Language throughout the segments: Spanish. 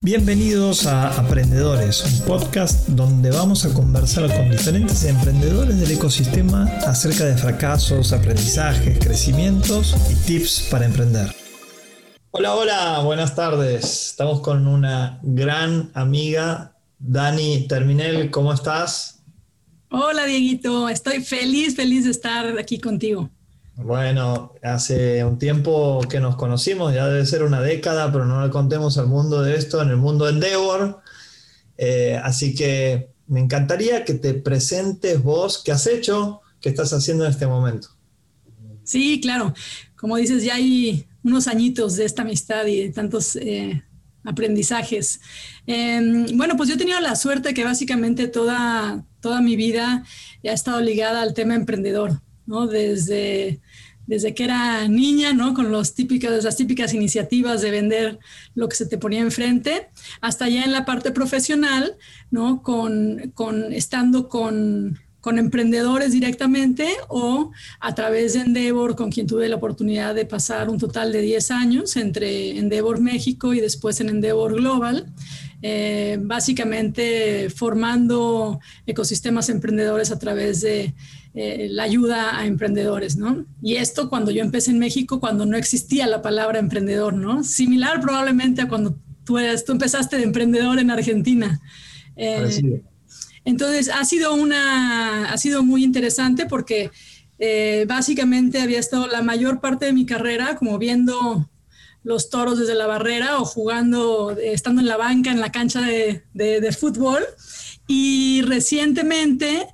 Bienvenidos a Aprendedores, un podcast donde vamos a conversar con diferentes emprendedores del ecosistema acerca de fracasos, aprendizajes, crecimientos y tips para emprender. Hola, buenas tardes. Estamos con una gran amiga, Dani Terminel. ¿Cómo estás? Hola, Dieguito. Estoy feliz de estar aquí contigo. Bueno, hace un tiempo que nos conocimos, ya debe ser una década, pero no le contemos al mundo de esto, en el mundo de Endeavor. Así que me encantaría que te presentes vos, qué has hecho, qué estás haciendo en este momento. Sí, claro. Como dices, ya hay unos añitos de esta amistad y de tantos aprendizajes. Bueno, pues yo he tenido la suerte que básicamente toda mi vida ha estado ligada al tema emprendedor, ¿no? Desde que era niña, ¿no? Con las típicas iniciativas de vender lo que se te ponía enfrente, hasta ya en la parte profesional, ¿no? Estando con emprendedores directamente o a través de Endeavor, con quien tuve la oportunidad de pasar un total de 10 años entre Endeavor México y después en Endeavor Global. Básicamente formando ecosistemas emprendedores a través de la ayuda a emprendedores, ¿no? Y esto cuando yo empecé en México, cuando no existía la palabra emprendedor, ¿no? Similar probablemente a cuando tú empezaste de emprendedor en Argentina. Entonces ha sido muy interesante porque básicamente había estado la mayor parte de mi carrera como viendo los toros desde la barrera o estando en la banca, en la cancha de fútbol. Y recientemente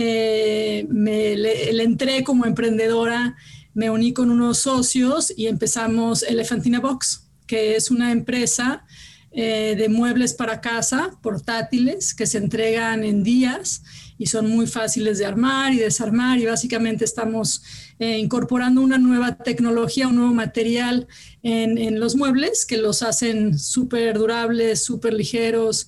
le entré como emprendedora, me uní con unos socios y empezamos Elephantina Box, que es una empresa de muebles para casa, portátiles, que se entregan en días y son muy fáciles de armar y desarmar, y básicamente estamos incorporando una nueva tecnología, un nuevo material en los muebles que los hacen súper durables, súper ligeros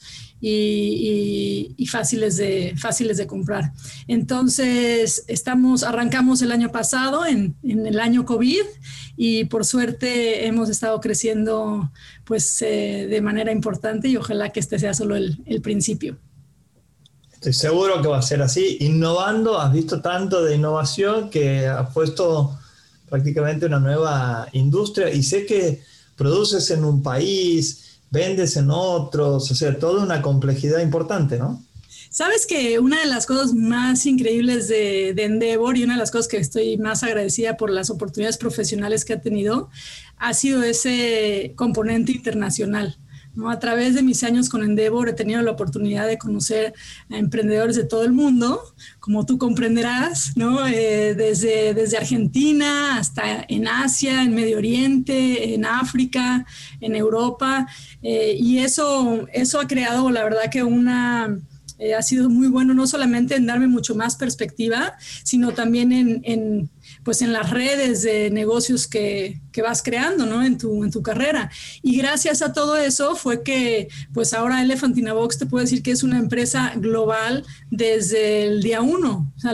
y fáciles de comprar. Entonces arrancamos el año pasado en el año COVID y por suerte hemos estado creciendo pues de manera importante y ojalá que este sea solo el principio. Estoy seguro que va a ser así. Innovando, has visto tanto de innovación que has puesto prácticamente una nueva industria y sé que produces en un país, vendes en otros, o sea, toda una complejidad importante, ¿no? Sabes que una de las cosas más increíbles de Endeavor y una de las cosas que estoy más agradecida por las oportunidades profesionales que ha tenido ha sido ese componente internacional, ¿no? A través de mis años con Endeavor he tenido la oportunidad de conocer a emprendedores de todo el mundo, como tú comprenderás, ¿no? Desde Argentina hasta en Asia, en Medio Oriente, en África, en Europa, y eso ha creado, la verdad, que ha sido muy bueno, no solamente en darme mucho más perspectiva, sino también en las redes de negocios que vas creando, ¿no? en tu carrera. Y gracias a todo eso fue que pues ahora Elephantina Box te puedo decir que es una empresa global desde el día uno. O sea,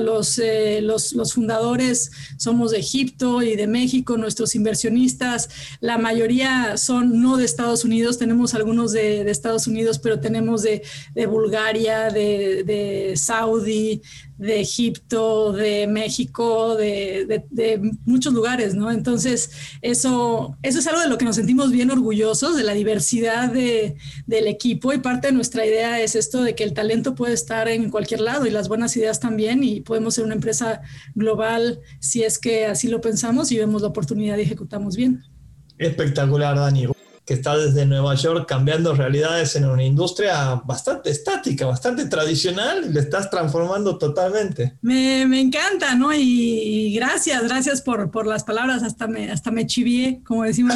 los fundadores somos de Egipto y de México, nuestros inversionistas, la mayoría son no de Estados Unidos, tenemos algunos de Estados Unidos, pero tenemos de Bulgaria, de Saudi, de Egipto, de México, de muchos lugares, ¿no? Entonces, eso es algo de lo que nos sentimos bien orgullosos, de la diversidad del equipo, y parte de nuestra idea es esto de que el talento puede estar en cualquier lado y las buenas ideas también, y podemos ser una empresa global si es que así lo pensamos y vemos la oportunidad y ejecutamos bien. Espectacular, Dani, que está desde Nueva York cambiando realidades en una industria bastante estática, bastante tradicional, y le estás transformando totalmente. Me encanta, ¿no? Y gracias por las palabras, hasta me chivié, como decimos.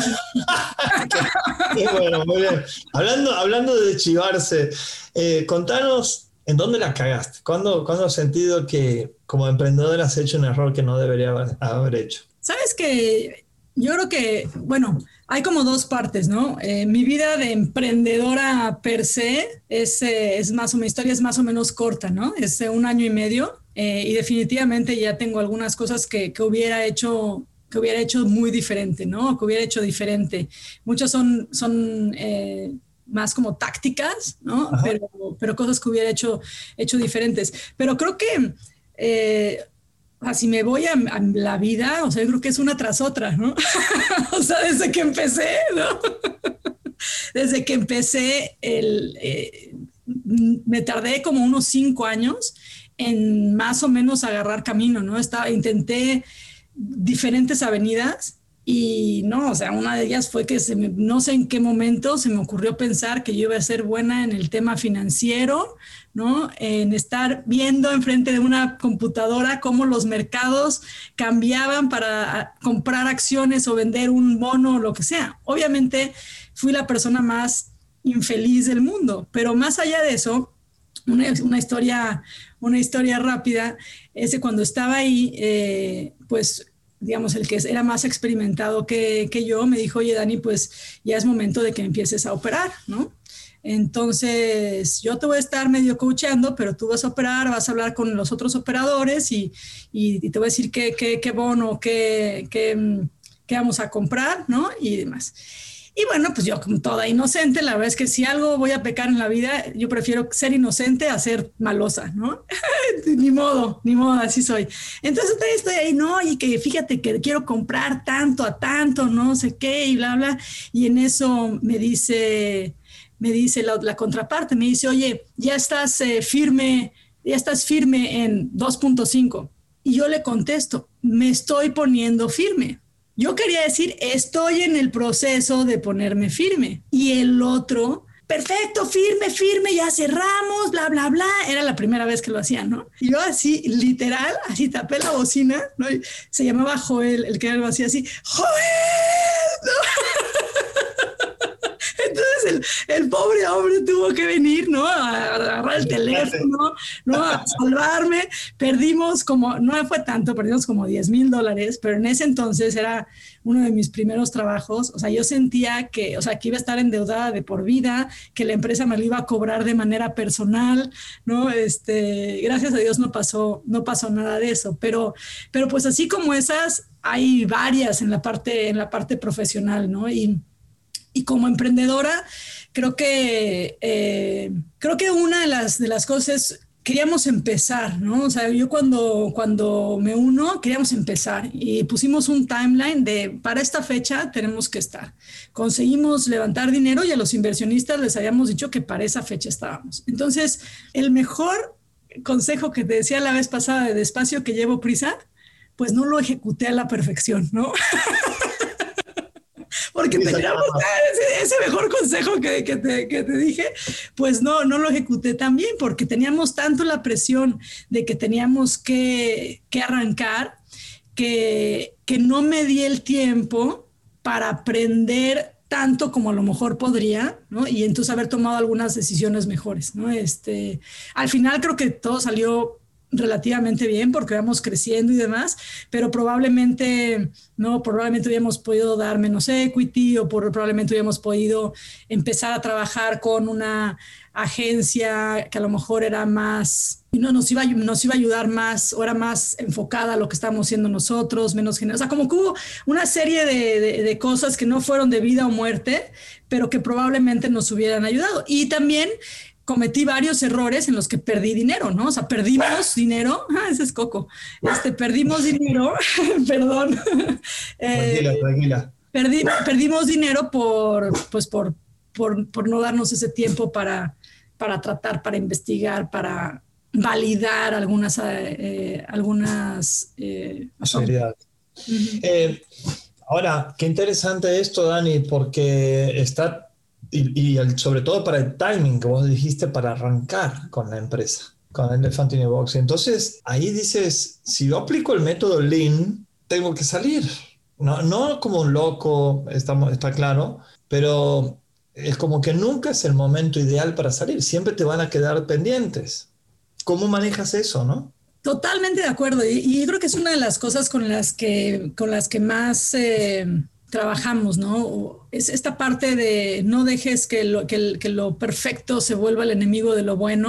Qué bueno, muy bien. Hablando de chivarse, contanos en dónde la cagaste. ¿Cuándo has sentido que como emprendedor has hecho un error que no debería haber hecho? Sabes que yo creo que, bueno, hay como dos partes, ¿no? Mi vida de emprendedora per se es más o menos, mi historia es más o menos corta, ¿no? Es 1 año y medio, y definitivamente ya tengo algunas cosas que hubiera hecho muy diferente, ¿no? Que hubiera hecho diferente. Muchas son más como tácticas, ¿no? Ajá. Pero cosas que hubiera hecho diferentes. Pero creo que si me voy a la vida, o sea, yo creo que es una tras otra, ¿no? O sea, desde que empecé, ¿no? Desde que empecé, me tardé como unos 5 años en más o menos agarrar camino, ¿no? Intenté diferentes avenidas y no, o sea, una de ellas fue que no sé en qué momento se me ocurrió pensar que yo iba a ser buena en el tema financiero, ¿no? En estar viendo enfrente de una computadora cómo los mercados cambiaban para comprar acciones o vender un bono o lo que sea. Obviamente fui la persona más infeliz del mundo, pero más allá de eso, una historia rápida, es que cuando estaba ahí, pues digamos, el que era más experimentado que yo, me dijo, oye, Dani, pues ya es momento de que empieces a operar, ¿no? Entonces, yo te voy a estar medio coacheando, pero tú vas a operar, vas a hablar con los otros operadores y te voy a decir qué bono, qué vamos a comprar, ¿no? Y demás. Y bueno, pues yo como toda inocente, la verdad es que si algo voy a pecar en la vida, yo prefiero ser inocente a ser malosa, ¿no? Ni modo, así soy. Entonces estoy ahí, no, y que fíjate que quiero comprar tanto a tanto, no sé qué, y bla, bla. Y en eso me dice la contraparte, me dice, oye, ya estás firme en 2.5. Y yo le contesto, me estoy poniendo firme. Yo quería decir, estoy en el proceso de ponerme firme. Y el otro, perfecto, firme, ya cerramos, bla, bla, bla. Era la primera vez que lo hacía, ¿no? Y yo así, literal, así tapé la bocina, ¿no? Y se llamaba Joel, el que era algo así, ¡Joel! ¿No? Entonces el pobre hombre tuvo que venir, ¿no? A agarrar el teléfono, ¿no? A salvarme. Perdimos no fue tanto, perdimos como $10,000, pero en ese entonces era uno de mis primeros trabajos. O sea, yo sentía que iba a estar endeudada de por vida, que la empresa me lo iba a cobrar de manera personal, ¿no? Gracias a Dios no pasó nada de eso, pero pues así como esas, hay varias en la parte profesional, ¿no? Y como emprendedora, creo que una de las cosas, queríamos empezar, ¿no? O sea, yo cuando me uno, queríamos empezar y pusimos un timeline de para esta fecha tenemos que estar. Conseguimos levantar dinero y a los inversionistas les habíamos dicho que para esa fecha estábamos. Entonces, el mejor consejo que te decía la vez pasada de despacio que llevo prisa, pues no lo ejecuté a la perfección, ¿no? Porque teníamos ese mejor consejo que te dije, pues no lo ejecuté tan bien, porque teníamos tanto la presión de que teníamos que arrancar, que no me di el tiempo para aprender tanto como a lo mejor podría, ¿no? Y entonces haber tomado algunas decisiones mejores, ¿no? Al final creo que todo salió relativamente bien porque vamos creciendo y demás, pero probablemente hubiéramos podido dar menos equity o probablemente hubiéramos podido empezar a trabajar con una agencia que a lo mejor era más, nos iba a ayudar más o era más enfocada a lo que estábamos haciendo nosotros, menos generosa. O sea, como que hubo una serie de cosas que no fueron de vida o muerte, pero que probablemente nos hubieran ayudado. Y también cometí varios errores en los que perdí dinero, ¿no? O sea, perdimos dinero. Ese es Coco. Perdimos dinero, perdón. Tranquila. Perdimos dinero por no darnos ese tiempo para tratar, para investigar, para validar algunas posibilidades. Ahora, qué interesante esto, Dani, porque está... Y sobre todo para el timing que vos dijiste para arrancar con la empresa, con Elephant in a Box. Entonces, ahí dices, si yo aplico el método Lean, tengo que salir. No como un loco, está claro, pero es como que nunca es el momento ideal para salir. Siempre te van a quedar pendientes. ¿Cómo manejas eso, no? Totalmente de acuerdo. Y yo creo que es una de las cosas con las que más... trabajamos, ¿no? Es esta parte de no dejes que lo perfecto se vuelva el enemigo de lo bueno,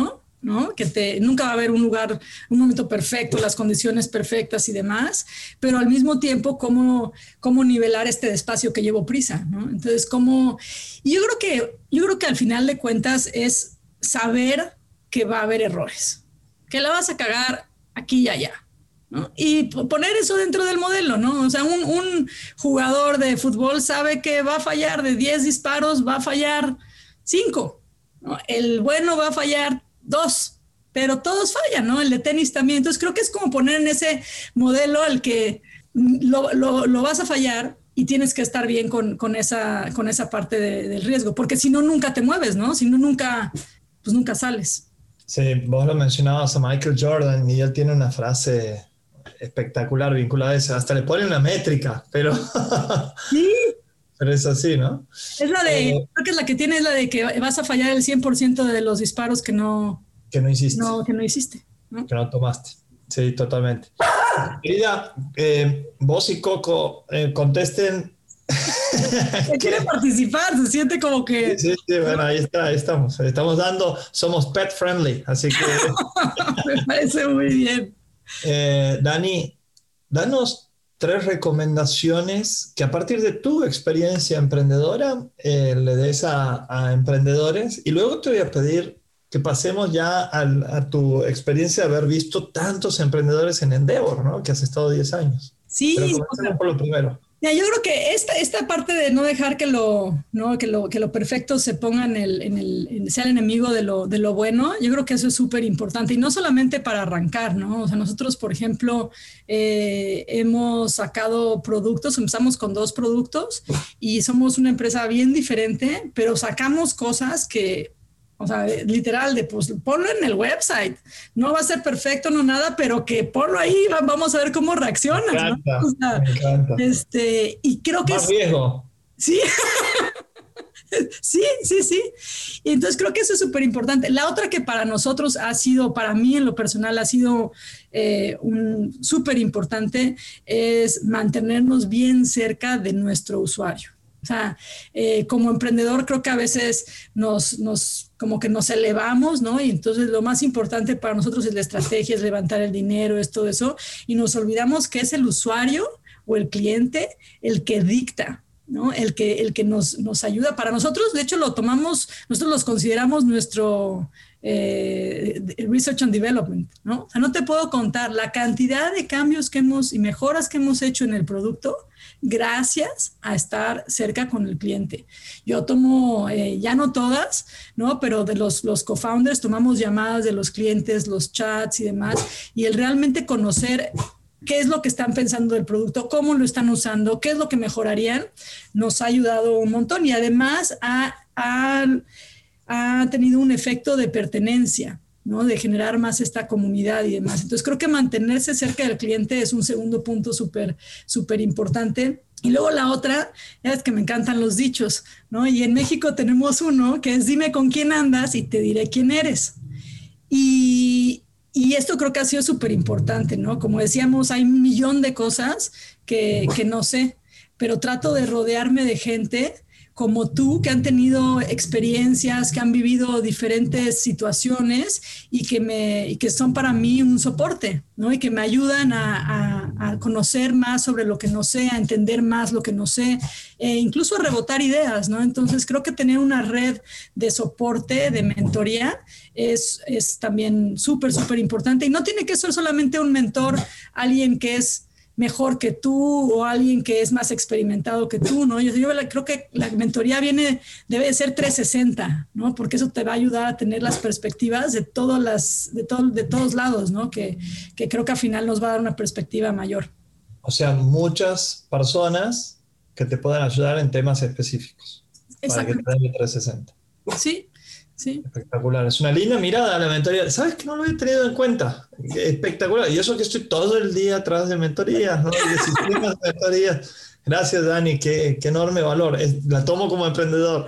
¿no? Nunca va a haber un momento perfecto, las condiciones perfectas y demás, pero al mismo tiempo cómo nivelar este despacio que llevo prisa, ¿no? Entonces, y yo creo que al final de cuentas es saber que va a haber errores, que la vas a cagar aquí y allá, ¿no? Y poner eso dentro del modelo, ¿no? O sea, un jugador de fútbol sabe que va a fallar de 10 disparos, va a fallar 5, ¿no? El bueno va a fallar 2, pero todos fallan, ¿no? El de tenis también. Entonces creo que es como poner en ese modelo al que lo vas a fallar y tienes que estar bien con esa parte del riesgo, porque si no, nunca te mueves, ¿no? Si no, nunca sales. Sí, vos lo mencionabas a Michael Jordan y él tiene una frase espectacular vinculada a eso. Hasta le pone una métrica, pero... Sí. Pero es así, ¿no? Es la de, creo que es la que tiene, es la de que vas a fallar el 100% de los disparos que no hiciste. Que no hiciste, ¿no? Que no tomaste. Sí, totalmente. Querida, vos y Coco contesten. Quiere participar, se siente como que... Sí, bueno, ahí estamos. Somos pet friendly, así que... Me parece muy bien. Dani, danos 3 recomendaciones que a partir de tu experiencia emprendedora le des a emprendedores, y luego te voy a pedir que pasemos ya a tu experiencia de haber visto tantos emprendedores en Endeavor, ¿no? Que has estado 10 años. Sí. Pero comencemos por lo primero. Ya, yo creo que esta parte de no dejar que lo perfecto se ponga sea el enemigo de lo bueno, yo creo que eso es súper importante, y no solamente para arrancar, ¿no? O sea, nosotros, por ejemplo, hemos sacado productos, empezamos con 2 productos y somos una empresa bien diferente, pero sacamos cosas que... O sea, literal, pues ponlo en el website. No va a ser perfecto, no nada, pero que ponlo ahí, vamos a ver cómo reaccionas. Me encanta, ¿no? O sea, me encanta. Y creo que más riesgo. Sí. Sí. Y entonces creo que eso es súper importante. La otra que para nosotros para mí en lo personal ha sido súper importante, es mantenernos bien cerca de nuestro usuario. O sea, como emprendedor creo que a veces como que nos elevamos, ¿no? Y entonces lo más importante para nosotros es la estrategia, es levantar el dinero, es todo eso, y nos olvidamos que es el usuario o el cliente el que dicta, ¿no? El que nos ayuda. Para nosotros, de hecho, nosotros los consideramos nuestro Research and Development, ¿no? O sea, no te puedo contar la cantidad de cambios y mejoras que hemos hecho en el producto gracias a estar cerca con el cliente. Yo tomo, ya no todas, ¿no? Pero de los co-founders tomamos llamadas de los clientes, los chats y demás, y el realmente conocer qué es lo que están pensando del producto, cómo lo están usando, qué es lo que mejorarían, nos ha ayudado un montón, y además ha tenido un efecto de pertenencia, ¿no? De generar más esta comunidad y demás. Entonces creo que mantenerse cerca del cliente es un segundo punto súper importante. Y luego la otra, ya es que me encantan los dichos, ¿no? Y en México tenemos uno que es: dime con quién andas y te diré quién eres. Y esto creo que ha sido súper importante, ¿no? Como decíamos, hay un millón de cosas que no sé, pero trato de rodearme de gente como tú, que han tenido experiencias, que han vivido diferentes situaciones y que son para mí un soporte, ¿no? Y que me ayudan a conocer más sobre lo que no sé, a entender más lo que no sé, incluso a rebotar ideas, ¿no? Entonces creo que tener una red de soporte, de mentoría, es también súper importante, y no tiene que ser solamente un mentor, alguien que es mejor que tú o alguien que es más experimentado que tú, ¿no? Yo creo que la mentoría debe ser 360, ¿no? Porque eso te va a ayudar a tener las perspectivas de todos lados, ¿no? Que creo que al final nos va a dar una perspectiva mayor. O sea, muchas personas que te puedan ayudar en temas específicos. Para que te den el 360. Sí. Espectacular, es una linda mirada a la mentoría. ¿Sabes que no lo he tenido en cuenta? Espectacular, y eso que estoy todo el día atrás de mentorías, ¿no? De sistemas de mentorías. Gracias, Dani, qué enorme valor. La tomo como emprendedor.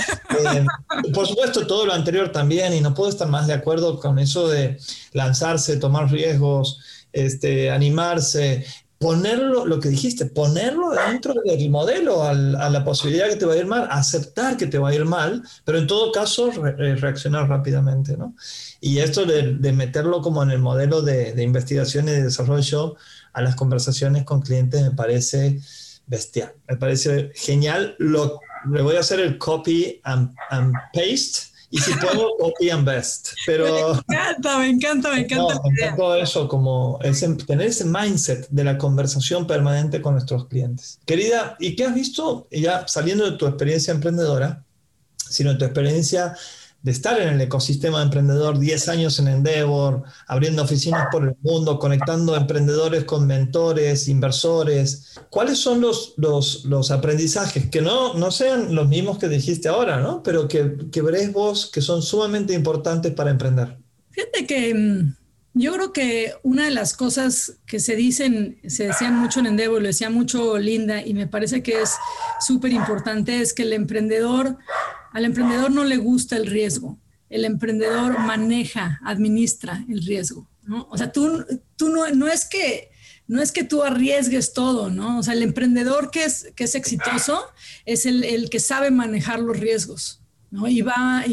Por supuesto, todo lo anterior también, y no puedo estar más de acuerdo con eso de lanzarse, tomar riesgos, animarse. ponerlo, lo que dijiste, ponerlo dentro del modelo a la posibilidad que te va a ir mal, aceptar que te va a ir mal, pero en todo caso reaccionar rápidamente, ¿no? Y esto de meterlo como en el modelo de investigación y de desarrollo a las conversaciones con clientes me parece bestial, me parece genial. Le voy a hacer el copy and paste. Y si puedo, copy and best. Pero me encanta. no, me encantó eso, como tener ese mindset de la conversación permanente con nuestros clientes. Querida, ¿y qué has visto, ya saliendo de tu experiencia emprendedora, sino en tu experiencia de estar en el ecosistema emprendedor, 10 años en Endeavor, abriendo oficinas por el mundo, conectando emprendedores con mentores, inversores? ¿Cuáles son los aprendizajes que no sean los mismos que dijiste ahora, ¿no? Pero que ves vos que son sumamente importantes para emprender? Fíjate que yo creo que una de las cosas que se decían mucho en Endeavor, lo decía mucho Linda, y me parece que es súper importante, es que al emprendedor no le gusta el riesgo. El emprendedor maneja, administra el riesgo, ¿no? O sea, tú no es que tú arriesgues todo, ¿no? O sea, el emprendedor que es exitoso es el que sabe manejar los riesgos, ¿no? Y va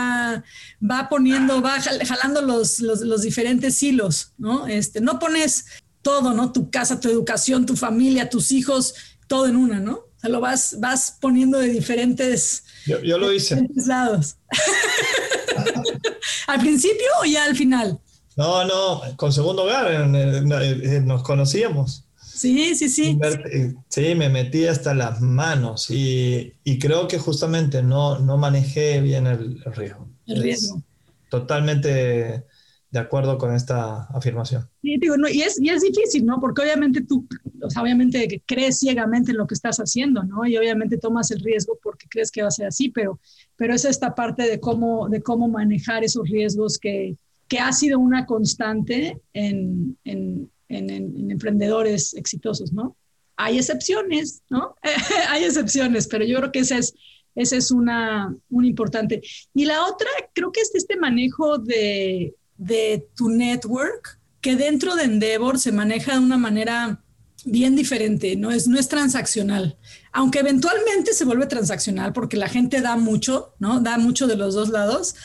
jalando los diferentes hilos, ¿no? No pones todo, ¿no? Tu casa, tu educación, tu familia, tus hijos, todo en una, ¿no? O sea, lo vas poniendo de diferentes... Yo lo hice. Diferentes lados. ¿Al principio o ya al final? No, con segundo hogar nos conocíamos. Sí. Sí, me metí hasta las manos y creo que justamente no manejé bien el riesgo. El riesgo. Totalmente de acuerdo con esta afirmación. Sí, digo, no, y es difícil, ¿no? Porque obviamente tú, o sea, obviamente crees ciegamente en lo que estás haciendo, ¿no? Y obviamente tomas el riesgo porque crees que va a ser así, pero es esta parte de cómo manejar esos riesgos que ha sido una constante en emprendedores exitosos, ¿no? Hay excepciones, ¿no? Hay excepciones, pero yo creo que esa es una importante. Y la otra, creo que es este manejo de tu network, que dentro de Endeavor se maneja de una manera bien diferente, no es transaccional, aunque eventualmente se vuelve transaccional porque la gente da mucho, ¿no? Da mucho de los dos lados,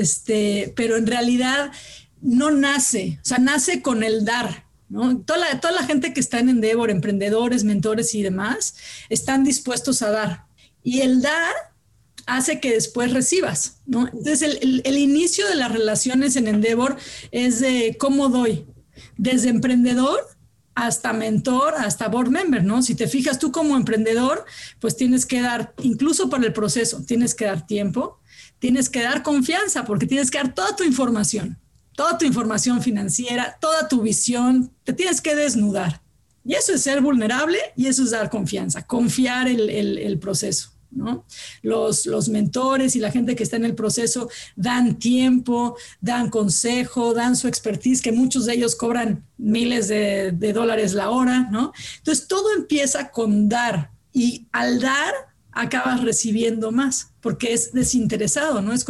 pero en realidad no nace, o sea, nace con el dar, ¿no? Toda la gente que está en Endeavor, emprendedores, mentores y demás, están dispuestos a dar. Y el dar hace que después recibas, ¿no? Entonces, el inicio de las relaciones en Endeavor es de cómo doy, desde emprendedor hasta mentor, hasta board member, ¿no? Si te fijas tú como emprendedor, pues tienes que dar, incluso para el proceso, tienes que dar tiempo, tienes que dar confianza, porque tienes que dar toda tu información financiera, toda tu visión, te tienes que desnudar. Y eso es ser vulnerable y eso es dar confianza, confiar el proceso, ¿no? Los mentores y la gente que está en el proceso dan tiempo, dan consejo, dan su expertise, que muchos de ellos cobran miles de dólares la hora, ¿no? Entonces todo empieza con dar, y al dar acabas recibiendo más porque es desinteresado, no es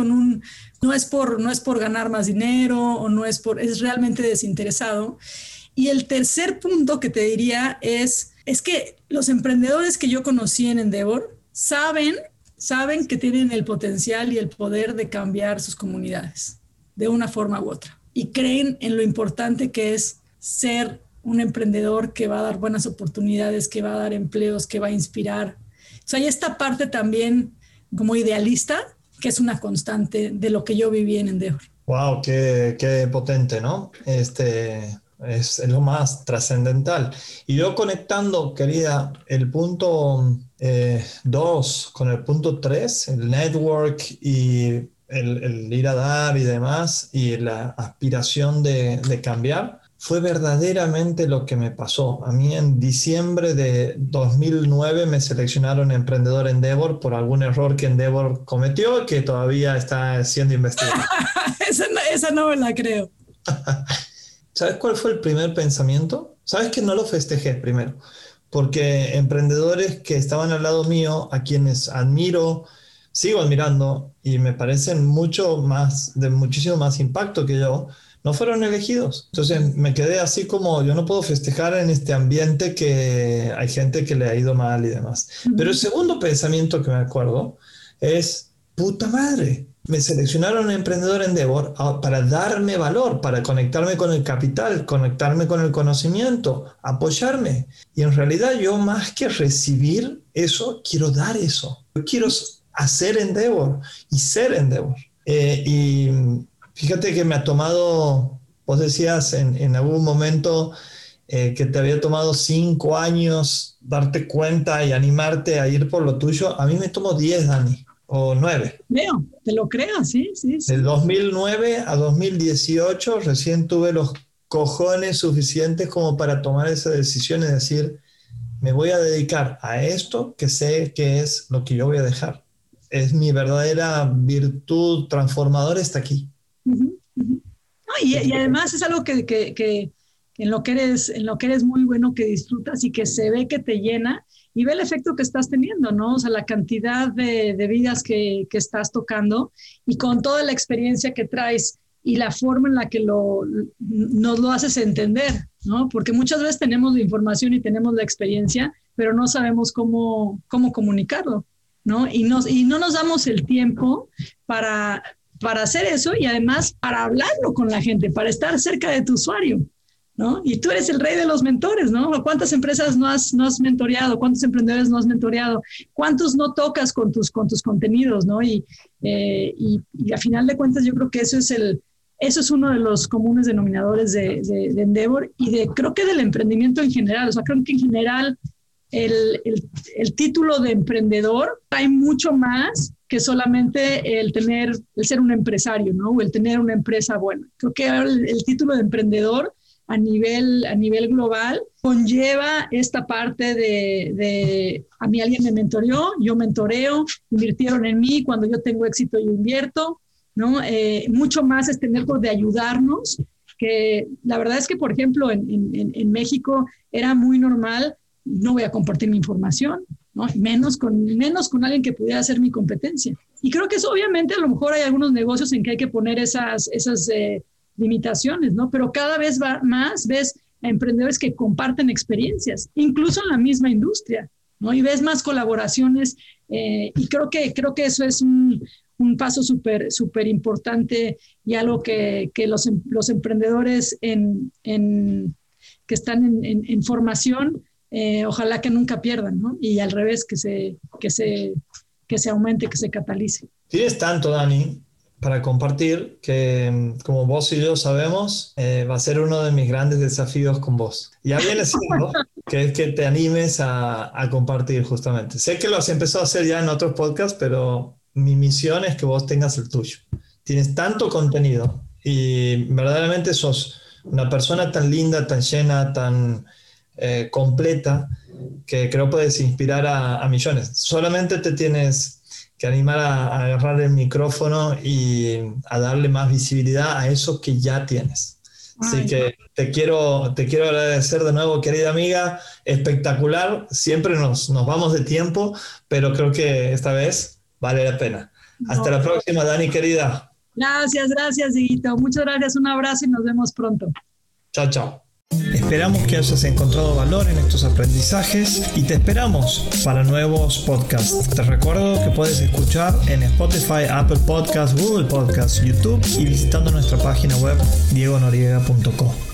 por ganar más dinero o es realmente desinteresado. Y el tercer punto que te diría es que los emprendedores que yo conocí en Endeavor saben que tienen el potencial y el poder de cambiar sus comunidades de una forma u otra, y creen en lo importante que es ser un emprendedor que va a dar buenas oportunidades, que va a dar empleos, que va a inspirar. O sea, hay esta parte también como idealista que es una constante de lo que yo viví en Endeavor. Wow, qué potente, ¿no? Es lo más trascendental. Y yo conectando, querida, el punto 2 con el punto 3, el network y el ir a dar y demás, y la aspiración de cambiar, fue verdaderamente lo que me pasó. A mí en diciembre de 2009 me seleccionaron emprendedor Endeavor por algún error que Endeavor cometió, que todavía está siendo investigado. Esa no me la creo. ¿Sabes cuál fue el primer pensamiento? ¿Sabes que no lo festejé primero? Porque emprendedores que estaban al lado mío, a quienes admiro, sigo admirando y me parecen de muchísimo más impacto que yo, no fueron elegidos. Entonces me quedé así como, yo no puedo festejar en este ambiente que hay gente que le ha ido mal y demás. Pero el segundo pensamiento que me acuerdo es, puta madre, me seleccionaron un emprendedor Endeavor para darme valor, para conectarme con el capital, conectarme con el conocimiento, apoyarme. Y en realidad yo, más que recibir eso, quiero dar eso. Yo quiero hacer Endeavor y ser Endeavor. Y fíjate que me ha tomado, vos decías en algún momento que te había tomado 5 años darte cuenta y animarte a ir por lo tuyo. A mí me tomó 10, Dani. O 9. Veo, te lo creo, sí. Del 2009 a 2018 recién tuve los cojones suficientes como para tomar esa decisión y decir, me voy a dedicar a esto que sé que es lo que yo voy a dejar. Es mi verdadera virtud transformadora, está aquí. No, y además es algo que en lo que eres muy bueno, que disfrutas y que se ve que te llena. Y ve el efecto que estás teniendo, ¿no? O sea, la cantidad de vidas que estás tocando y con toda la experiencia que traes y la forma en la que nos lo haces entender, ¿no? Porque muchas veces tenemos la información y tenemos la experiencia, pero no sabemos cómo comunicarlo, ¿no? Y no nos damos el tiempo para hacer eso y además para hablarlo con la gente, para estar cerca de tu usuario, ¿no? Y tú eres el rey de los mentores, ¿no? ¿Cuántas empresas no has mentoreado? ¿Cuántos emprendedores no has mentoreado? ¿Cuántos no tocas con tus contenidos, ¿no? Y a final de cuentas yo creo que eso es uno de los comunes denominadores de Endeavor y creo que del emprendimiento en general. O sea, creo que en general el título de emprendedor trae mucho más que solamente el ser un empresario, ¿no? O el tener una empresa buena. Creo que el título de emprendedor a nivel global conlleva esta parte de a mí alguien me mentoreó, yo mentoreo, invirtieron en mí, cuando yo tengo éxito yo invierto, ¿no? Mucho más es tener de ayudarnos, que la verdad es que, por ejemplo, en México era muy normal, no voy a compartir mi información, ¿no? Menos con alguien que pudiera ser mi competencia. Y creo que eso, obviamente, a lo mejor hay algunos negocios en que hay que poner esas limitaciones, ¿no? Pero cada vez más ves a emprendedores que comparten experiencias, incluso en la misma industria, ¿no? Y ves más colaboraciones y creo que eso es un paso súper importante y algo que los emprendedores que están en formación, ojalá que nunca pierdan, ¿no? Y al revés, que se aumente, que se catalice. Tienes tanto, Dani, para compartir que, como vos y yo sabemos, va a ser uno de mis grandes desafíos con vos. Ya viene siendo que es que te animes a compartir justamente. Sé que lo has empezado a hacer ya en otros podcasts, pero mi misión es que vos tengas el tuyo. Tienes tanto contenido y verdaderamente sos una persona tan linda, tan llena, tan completa, que creo puedes inspirar a millones. Solamente te tienes que animar a agarrar el micrófono y a darle más visibilidad a eso que ya tienes. Así que te quiero agradecer de nuevo, querida amiga, espectacular. Siempre nos vamos de tiempo, pero creo que esta vez vale la pena. Hasta la próxima, Dani, querida. Gracias, Dieguito. Muchas gracias, un abrazo y nos vemos pronto. Chao, chao. Esperamos que hayas encontrado valor en estos aprendizajes y te esperamos para nuevos podcasts. Te recuerdo que puedes escuchar en Spotify, Apple Podcasts, Google Podcasts, YouTube y visitando nuestra página web diegonoriega.co.